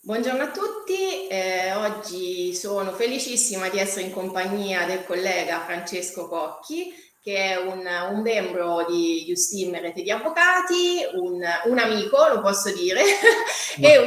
Buongiorno a tutti, oggi sono felicissima di essere in compagnia del collega Francesco Cocchi, che è un membro di Justim Rete di Avvocati, un amico, lo posso dire, e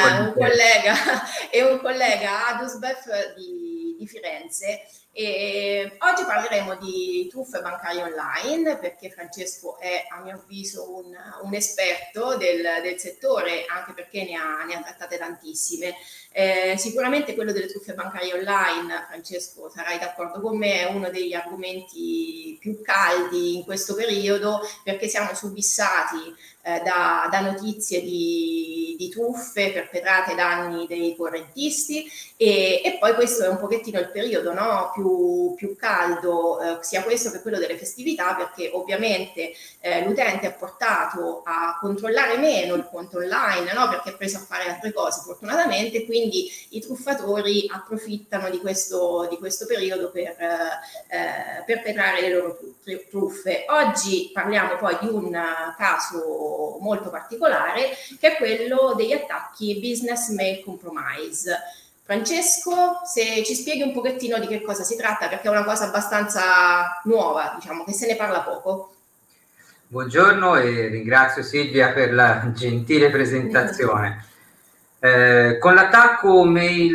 un collega ADUSBEF di Firenze. E oggi parleremo di truffe bancarie online perché Francesco è, a mio avviso, un esperto del settore, anche perché ne ha trattate tantissime. Sicuramente quello delle truffe bancarie online, Francesco, sarai d'accordo con me, è uno degli argomenti più caldi in questo periodo, perché siamo subissati da notizie di truffe perpetrate ai danni dei correntisti e poi questo è un pochettino il periodo, no? più caldo, sia questo che quello delle festività, perché ovviamente l'utente è portato a controllare meno il conto online, no? Perché è preso a fare altre cose fortunatamente, quindi i truffatori approfittano di questo periodo per perpetrare le loro truffe. Oggi parliamo poi di un caso molto particolare, che è quello degli attacchi business mail compromise. Francesco, se ci spieghi un pochettino di che cosa si tratta, perché è una cosa abbastanza nuova, diciamo, che se ne parla poco. Buongiorno e ringrazio Silvia per la gentile presentazione. Con l'attacco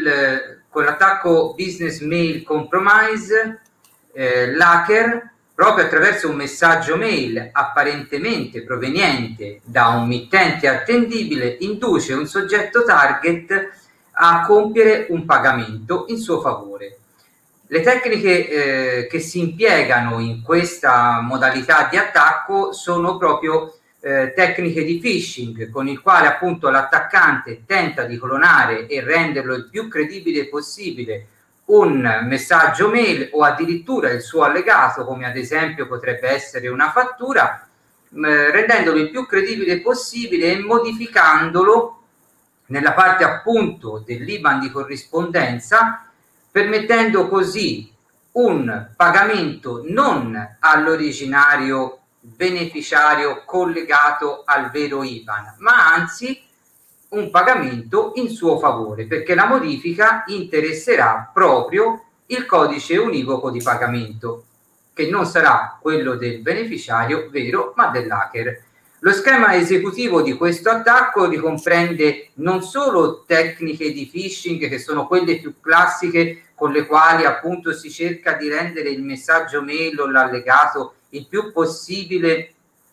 business mail compromise, l'hacker, proprio attraverso un messaggio mail apparentemente proveniente da un mittente attendibile, induce un soggetto target a compiere un pagamento in suo favore. Le tecniche che si impiegano in questa modalità di attacco sono proprio tecniche di phishing, con il quale appunto l'attaccante tenta di clonare e renderlo il più credibile possibile un messaggio mail o addirittura il suo allegato, come ad esempio potrebbe essere una fattura, rendendolo il più credibile possibile e modificandolo nella parte appunto dell'IBAN di corrispondenza, permettendo così un pagamento non all'originario beneficiario collegato al vero IBAN, ma anzi un pagamento in suo favore, perché la modifica interesserà proprio il codice univoco di pagamento, che non sarà quello del beneficiario vero, ma dell'hacker. Lo schema esecutivo di questo attacco ricomprende non solo tecniche di phishing, che sono quelle più classiche con le quali appunto si cerca di rendere il messaggio mail o l'allegato il più possibile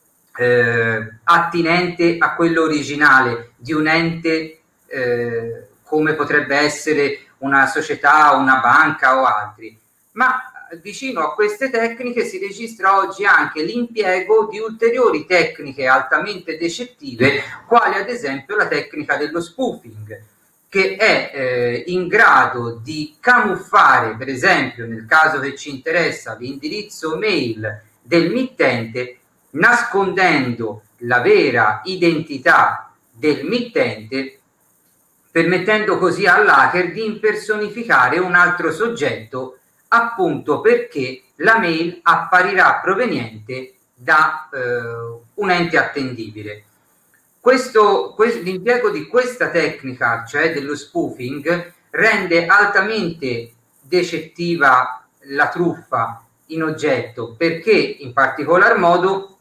attinente a quello originale di un ente come potrebbe essere una società, una banca o altri, ma vicino a queste tecniche si registra oggi anche l'impiego di ulteriori tecniche altamente decettive, quali ad esempio la tecnica dello spoofing, che è in grado di camuffare, per esempio nel caso che ci interessa, l'indirizzo mail del mittente, nascondendo la vera identità del mittente, permettendo così all'hacker di impersonificare un altro soggetto, appunto perché la mail apparirà proveniente da un ente attendibile. L'impiego di questa tecnica, cioè dello spoofing, rende altamente decettiva la truffa in oggetto, perché in particolar modo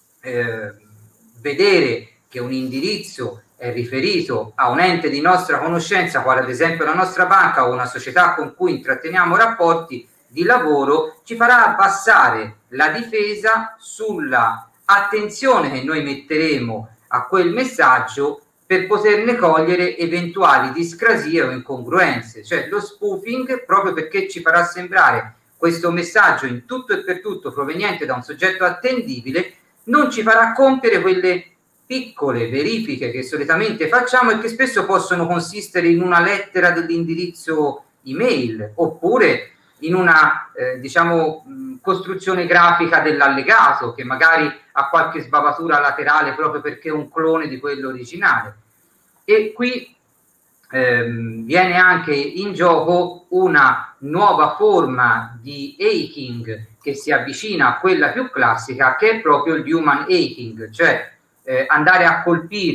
vedere che un indirizzo è riferito a un ente di nostra conoscenza, quale ad esempio la nostra banca o una società con cui intratteniamo rapporti di lavoro, ci farà abbassare la difesa sulla attenzione che noi metteremo a quel messaggio per poterne cogliere eventuali discrasie o incongruenze. Cioè lo spoofing, proprio perché ci farà sembrare questo messaggio in tutto e per tutto proveniente da un soggetto attendibile, non ci farà compiere quelle piccole verifiche che solitamente facciamo e che spesso possono consistere in una lettera dell'indirizzo email oppure in una costruzione grafica dell'allegato che magari ha qualche sbavatura laterale proprio perché è un clone di quello originale. E qui viene anche in gioco una nuova forma di hacking che si avvicina a quella più classica, che è proprio il human hacking, cioè andare a colpire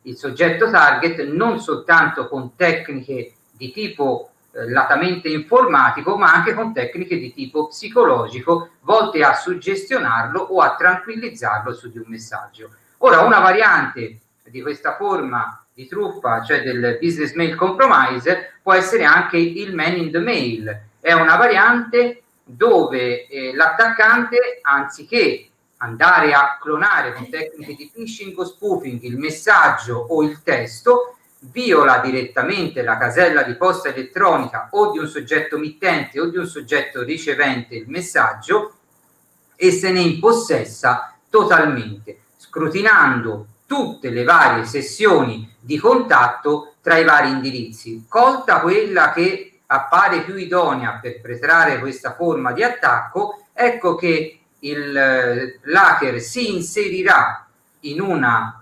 il soggetto target non soltanto con tecniche di tipo latamente informatico, ma anche con tecniche di tipo psicologico volte a suggestionarlo o a tranquillizzarlo su di un messaggio. Ora, una variante di questa forma di truffa, cioè del business mail compromise, può essere anche il man in the mail. È una variante dove l'attaccante, anziché andare a clonare con tecniche di phishing o spoofing il messaggio o il testo, viola direttamente la casella di posta elettronica o di un soggetto mittente o di un soggetto ricevente il messaggio e se ne impossessa totalmente, scrutinando tutte le varie sessioni di contatto tra i vari indirizzi. Colta quella che appare più idonea per perpetrare questa forma di attacco, ecco che l'hacker si inserirà in una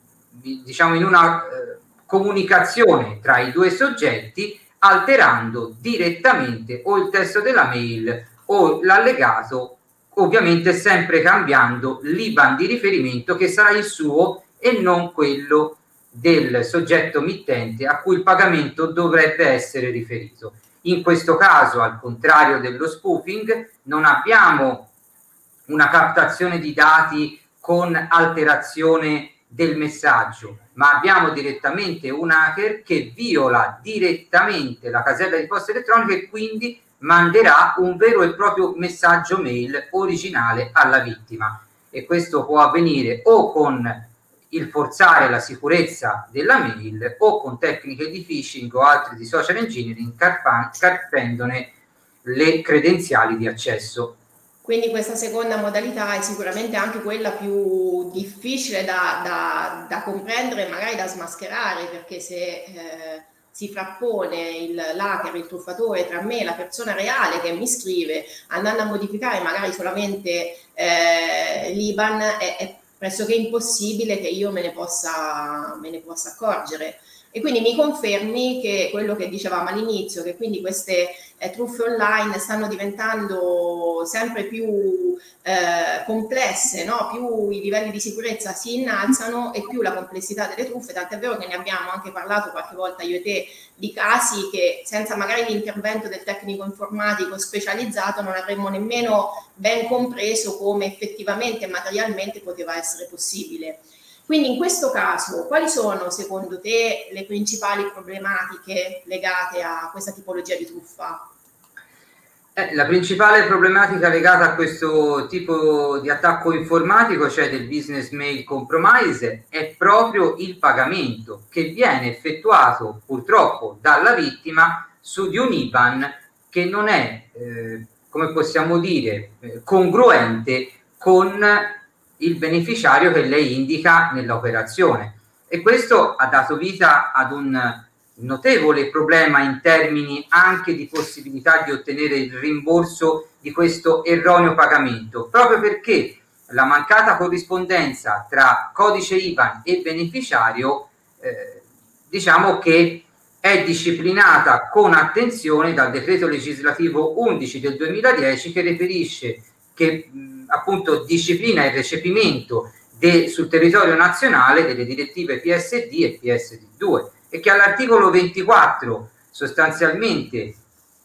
comunicazione tra i due soggetti, alterando direttamente o il testo della mail o l'allegato, ovviamente sempre cambiando l'IBAN di riferimento che sarà il suo e non quello del soggetto mittente a cui il pagamento dovrebbe essere riferito. In questo caso, al contrario dello spoofing, non abbiamo una captazione di dati con alterazione del messaggio, ma abbiamo direttamente un hacker che viola direttamente la casella di posta elettronica e quindi manderà un vero e proprio messaggio mail originale alla vittima. E questo può avvenire o con il forzare la sicurezza della mail o con tecniche di phishing o altre di social engineering carpendone le credenziali di accesso. Quindi questa seconda modalità è sicuramente anche quella più difficile da comprendere e magari da smascherare, perché se si frappone l'hacker, il truffatore, tra me e la persona reale che mi scrive, andando a modificare magari solamente l'IBAN, è pressoché impossibile che io me ne possa accorgere. E quindi mi confermi che quello che dicevamo all'inizio, che quindi queste truffe online stanno diventando sempre più complesse, no? Più i livelli di sicurezza si innalzano e più la complessità delle truffe, tant'è vero che ne abbiamo anche parlato qualche volta io e te di casi che senza magari l'intervento del tecnico informatico specializzato non avremmo nemmeno ben compreso come effettivamente e materialmente poteva essere possibile. Quindi in questo caso, quali sono secondo te le principali problematiche legate a questa tipologia di truffa? La principale problematica legata a questo tipo di attacco informatico, cioè del business mail compromise, è proprio il pagamento che viene effettuato purtroppo dalla vittima su di un IBAN che non è, come possiamo dire, congruente con il beneficiario che lei indica nell'operazione. E questo ha dato vita ad un notevole problema in termini anche di possibilità di ottenere il rimborso di questo erroneo pagamento, proprio perché la mancata corrispondenza tra codice IBAN e beneficiario diciamo che è disciplinata con attenzione dal decreto legislativo 11 del 2010 che riferisce che appunto disciplina il recepimento sul territorio nazionale delle direttive PSD e PSD2 e che all'articolo 24 sostanzialmente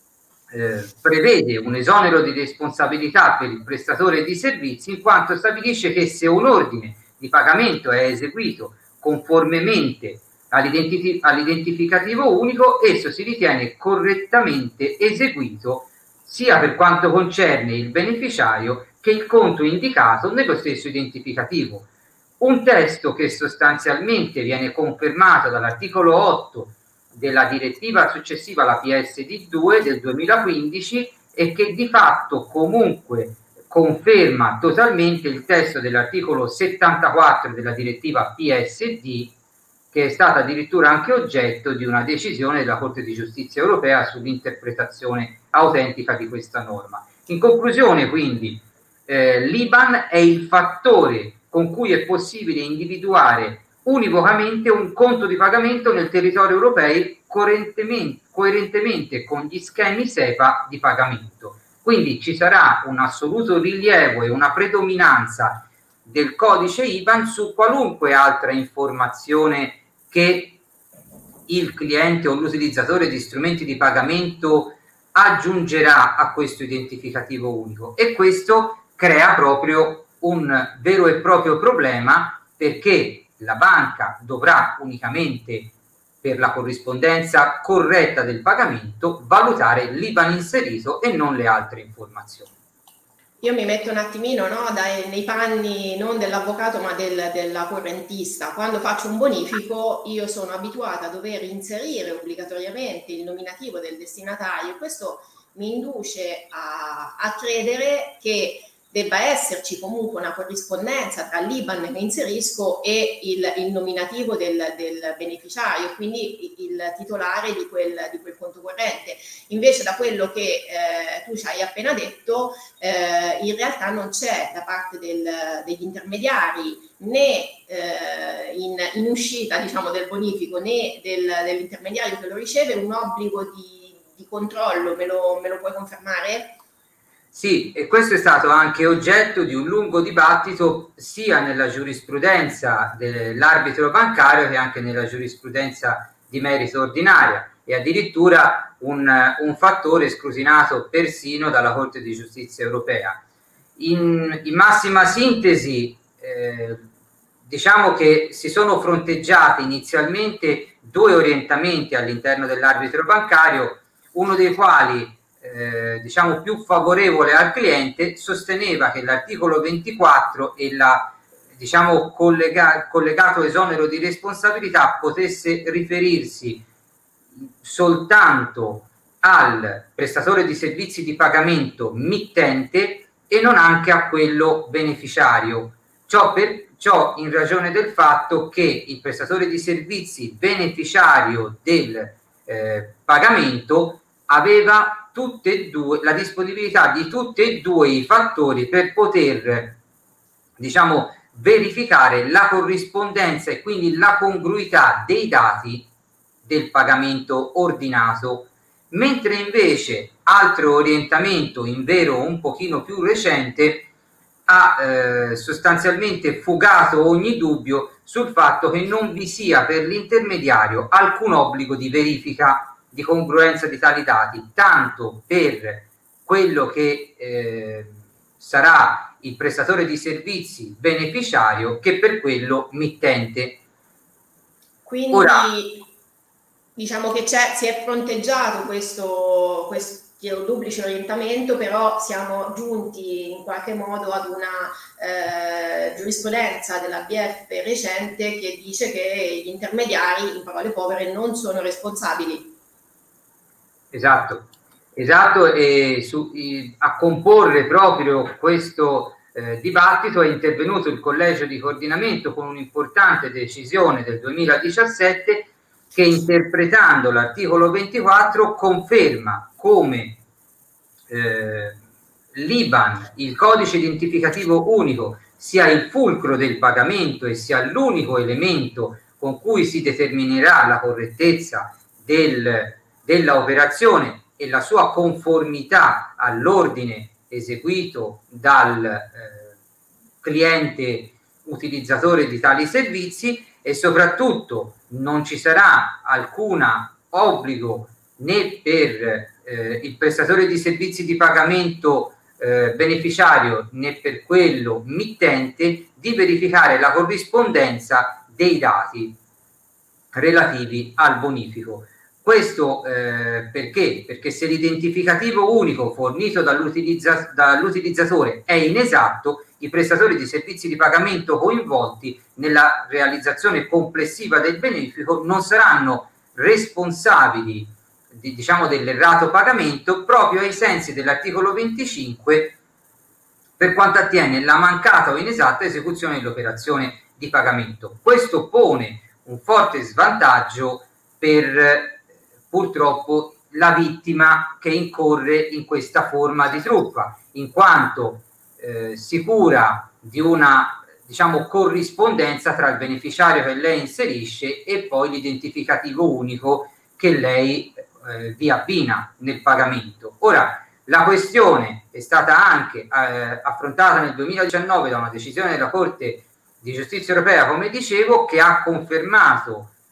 prevede un esonero di responsabilità per il prestatore di servizi, in quanto stabilisce che se un ordine di pagamento è eseguito conformemente all'identificativo unico, esso si ritiene correttamente eseguito sia per quanto concerne il beneficiario che il conto indicato nello stesso identificativo. Un testo che sostanzialmente viene confermato dall'articolo 8 della direttiva successiva alla PSD2 del 2015 e che di fatto comunque conferma totalmente il testo dell'articolo 74 della direttiva PSD, che è stata addirittura anche oggetto di una decisione della Corte di Giustizia europea sull'interpretazione autentica di questa norma. In conclusione, quindi, l'IBAN è il fattore con cui è possibile individuare univocamente un conto di pagamento nel territorio europeo coerentemente con gli schemi SEPA di pagamento. Quindi ci sarà un assoluto rilievo e una predominanza del codice IBAN su qualunque altra informazione che il cliente o l'utilizzatore di strumenti di pagamento aggiungerà a questo identificativo unico, e questo crea proprio un vero e proprio problema, perché la banca dovrà unicamente, per la corrispondenza corretta del pagamento, valutare l'IBAN inserito e non le altre informazioni. Io mi metto un attimino, no, nei panni non dell'avvocato ma della correntista. Quando faccio un bonifico io sono abituata a dover inserire obbligatoriamente il nominativo del destinatario. Questo mi induce a credere che debba esserci comunque una corrispondenza tra l'IBAN che inserisco e il nominativo del beneficiario, quindi il titolare di quel conto corrente. Invece da quello che tu ci hai appena detto, in realtà non c'è da parte degli intermediari né in uscita, diciamo, del bonifico né dell'intermediario che lo riceve un obbligo di controllo. Me lo puoi confermare? Sì, e questo è stato anche oggetto di un lungo dibattito sia nella giurisprudenza dell'arbitro bancario che anche nella giurisprudenza di merito ordinaria, e addirittura un fattore scrutinato persino dalla Corte di Giustizia europea. In massima sintesi, diciamo che si sono fronteggiati inizialmente due orientamenti all'interno dell'arbitro bancario, uno dei quali diciamo più favorevole al cliente sosteneva che l'articolo 24 e diciamo collegato esonero di responsabilità potesse riferirsi soltanto al prestatore di servizi di pagamento mittente e non anche a quello beneficiario. Ciò in ragione del fatto che il prestatore di servizi beneficiario del pagamento aveva tutte e due la disponibilità di tutti e due i fattori per poter, diciamo, verificare la corrispondenza e quindi la congruità dei dati del pagamento ordinato, mentre invece altro orientamento, in vero un pochino più recente, ha sostanzialmente fugato ogni dubbio sul fatto che non vi sia per l'intermediario alcun obbligo di verifica di congruenza di tali dati, tanto per quello che sarà il prestatore di servizi beneficiario che per quello mittente. Quindi ora, diciamo che si è fronteggiato questo duplice orientamento, però siamo giunti in qualche modo ad una giurisprudenza dell'ABF recente che dice che gli intermediari, in parole povere, non sono responsabili. Esatto, e a comporre proprio questo dibattito è intervenuto il Collegio di Coordinamento con un'importante decisione del 2017 che, interpretando l'articolo 24, conferma come l'IBAN, il codice identificativo unico, sia il fulcro del pagamento e sia l'unico elemento con cui si determinerà la correttezza della operazione e la sua conformità all'ordine eseguito dal cliente utilizzatore di tali servizi, e soprattutto non ci sarà alcun obbligo né per il prestatore di servizi di pagamento beneficiario né per quello mittente di verificare la corrispondenza dei dati relativi al bonifico. Questo perché? Perché se l'identificativo unico fornito dall'utilizzatore è inesatto, i prestatori di servizi di pagamento coinvolti nella realizzazione complessiva del bonifico non saranno responsabili diciamo dell'errato pagamento, proprio ai sensi dell'articolo 25 per quanto attiene la mancata o inesatta esecuzione dell'operazione di pagamento. Questo pone un forte svantaggio per purtroppo la vittima che incorre in questa forma di truffa, in quanto sicura di una, diciamo, corrispondenza tra il beneficiario che lei inserisce e poi l'identificativo unico che lei vi abbina nel pagamento. Ora, la questione è stata anche affrontata nel 2019 da una decisione della Corte di Giustizia Europea, come dicevo, che ha confermato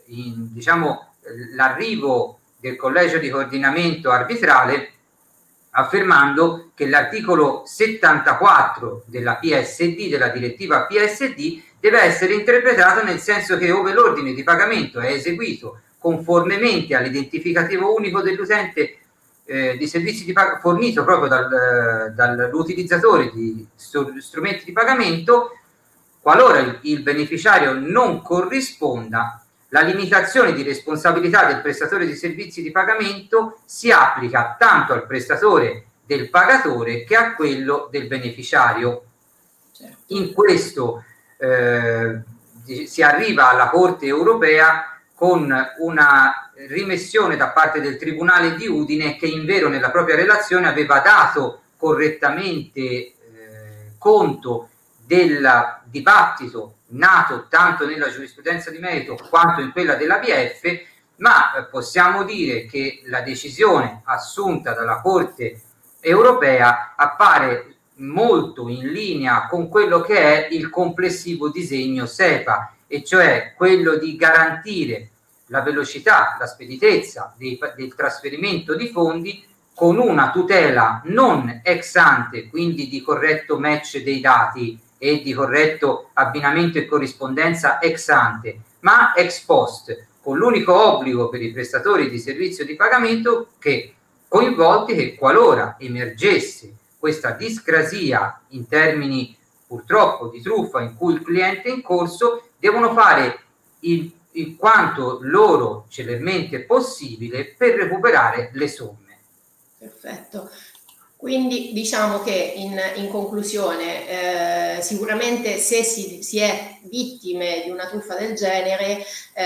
diciamo, l'arrivo del collegio di coordinamento arbitrale, affermando che l'articolo 74 della PSD, della direttiva PSD, deve essere interpretato nel senso che ove l'ordine di pagamento è eseguito conformemente all'identificativo unico dell'utente di servizi di pagamento fornito proprio dall'utilizzatore di strumenti di pagamento, qualora il beneficiario non corrisponda, la limitazione di responsabilità del prestatore di servizi di pagamento si applica tanto al prestatore del pagatore che a quello del beneficiario. Certo. In questo si arriva alla Corte europea con una rimessione da parte del Tribunale di Udine, che invero nella propria relazione aveva dato correttamente conto del dibattito nato tanto nella giurisprudenza di merito quanto in quella dell'ABF, ma possiamo dire che la decisione assunta dalla Corte europea appare molto in linea con quello che è il complessivo disegno SEPA, e cioè quello di garantire la velocità, la speditezza del trasferimento di fondi con una tutela non ex ante, quindi di corretto match dei dati e di corretto abbinamento e corrispondenza ex ante, ma ex post, con l'unico obbligo per i prestatori di servizio di pagamento che coinvolti che qualora emergesse questa discrasia in termini purtroppo di truffa in cui il cliente è in corso, devono fare il quanto loro celermente possibile per recuperare le somme. Perfetto. Quindi diciamo che in conclusione sicuramente se si è vittime di una truffa del genere,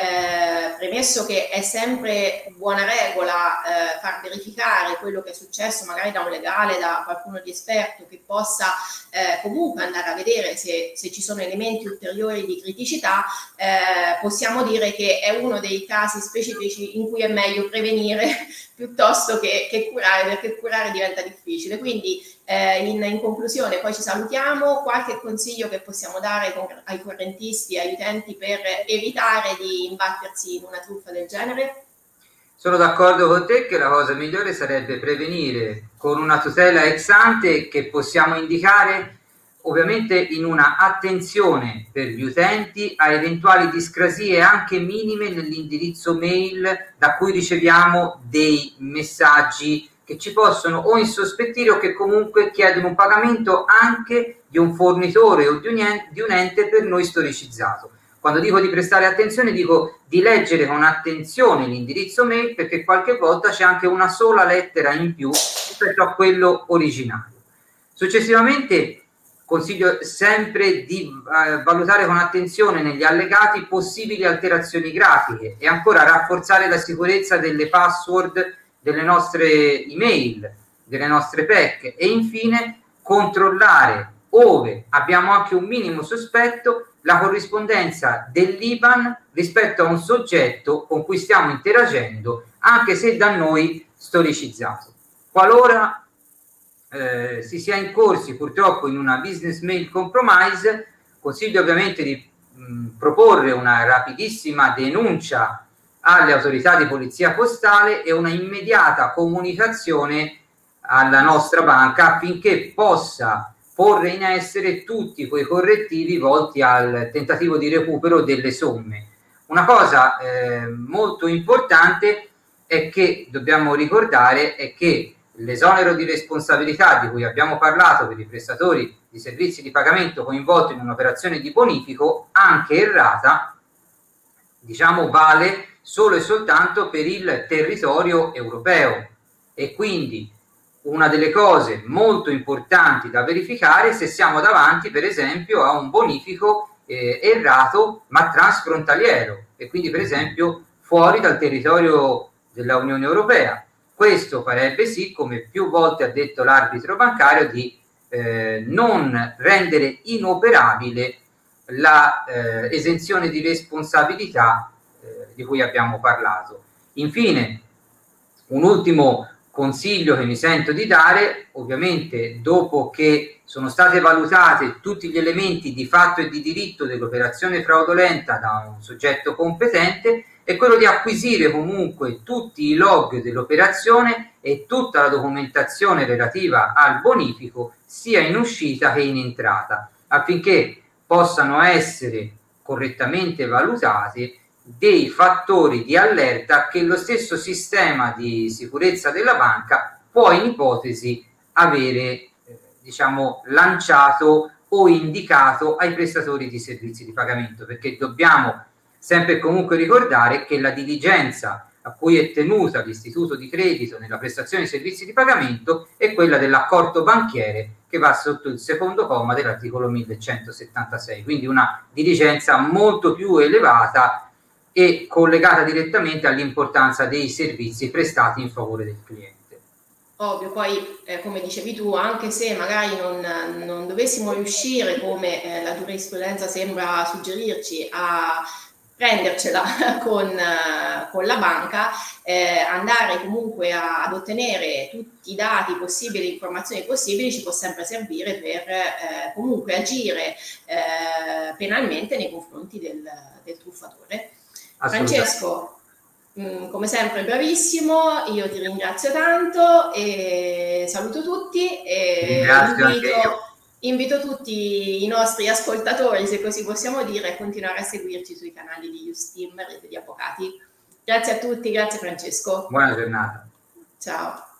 premesso che è sempre buona regola far verificare quello che è successo magari da un legale, da qualcuno di esperto che possa comunque andare a vedere se ci sono elementi ulteriori di criticità, possiamo dire che è uno dei casi specifici in cui è meglio prevenire piuttosto che curare, perché curare diventa difficile. Quindi in conclusione poi ci salutiamo, qualche consiglio che possiamo dare ai correntisti, agli utenti per evitare di imbattersi in una truffa del genere? Sono d'accordo con te che la cosa migliore sarebbe prevenire con una tutela ex ante che possiamo indicare ovviamente in una attenzione per gli utenti a eventuali discrasie anche minime nell'indirizzo mail da cui riceviamo dei messaggi che ci possono o insospettire o che comunque chiedono un pagamento anche di un fornitore o di un ente per noi storicizzato. Quando dico di prestare attenzione, dico di leggere con attenzione l'indirizzo mail, perché qualche volta c'è anche una sola lettera in più rispetto a quello originario. Successivamente consiglio sempre di valutare con attenzione negli allegati possibili alterazioni grafiche e ancora rafforzare la sicurezza delle password delle nostre email, delle nostre PEC, e infine controllare, ove abbiamo anche un minimo sospetto, la corrispondenza dell'IBAN rispetto a un soggetto con cui stiamo interagendo, anche se da noi storicizzato. Qualora si sia incorsi purtroppo in una business mail compromise, consiglio ovviamente di proporre una rapidissima denuncia alle autorità di polizia postale e una immediata comunicazione alla nostra banca affinché possa porre in essere tutti quei correttivi volti al tentativo di recupero delle somme. Una cosa molto importante è che dobbiamo ricordare è che l'esonero di responsabilità di cui abbiamo parlato per i prestatori di servizi di pagamento coinvolti in un'operazione di bonifico, anche errata, diciamo, vale solo e soltanto per il territorio europeo, e quindi una delle cose molto importanti da verificare se siamo davanti per esempio a un bonifico errato ma transfrontaliero e quindi per esempio fuori dal territorio della Unione Europea. Questo farebbe sì, come più volte ha detto l'arbitro bancario, di non rendere inoperabile la esenzione di responsabilità di cui abbiamo parlato. Infine, un ultimo consiglio che mi sento di dare, ovviamente dopo che sono state valutate tutti gli elementi di fatto e di diritto dell'operazione fraudolenta da un soggetto competente, è quello di acquisire comunque tutti i log dell'operazione e tutta la documentazione relativa al bonifico sia in uscita che in entrata, affinché possano essere correttamente valutati dei fattori di allerta che lo stesso sistema di sicurezza della banca può in ipotesi avere lanciato o indicato ai prestatori di servizi di pagamento, perché dobbiamo sempre e comunque ricordare che la diligenza a cui è tenuta l'istituto di credito nella prestazione di servizi di pagamento è quella dell'accordo banchiere, che va sotto il secondo comma dell'articolo 1176, quindi una diligenza molto più elevata e collegata direttamente all'importanza dei servizi prestati in favore del cliente. Ovvio, poi come dicevi tu, anche se magari non dovessimo riuscire, come la giurisprudenza sembra suggerirci, a prendercela con la banca, andare comunque ad ottenere tutti i dati possibili, le informazioni possibili, ci può sempre servire per comunque agire penalmente nei confronti del truffatore. Francesco, come sempre bravissimo, io ti ringrazio tanto e saluto tutti e invito tutti i nostri ascoltatori, se così possiamo dire, a continuare a seguirci sui canali di Justim, Rete di Avvocati. Grazie a tutti, grazie Francesco. Buona giornata. Ciao.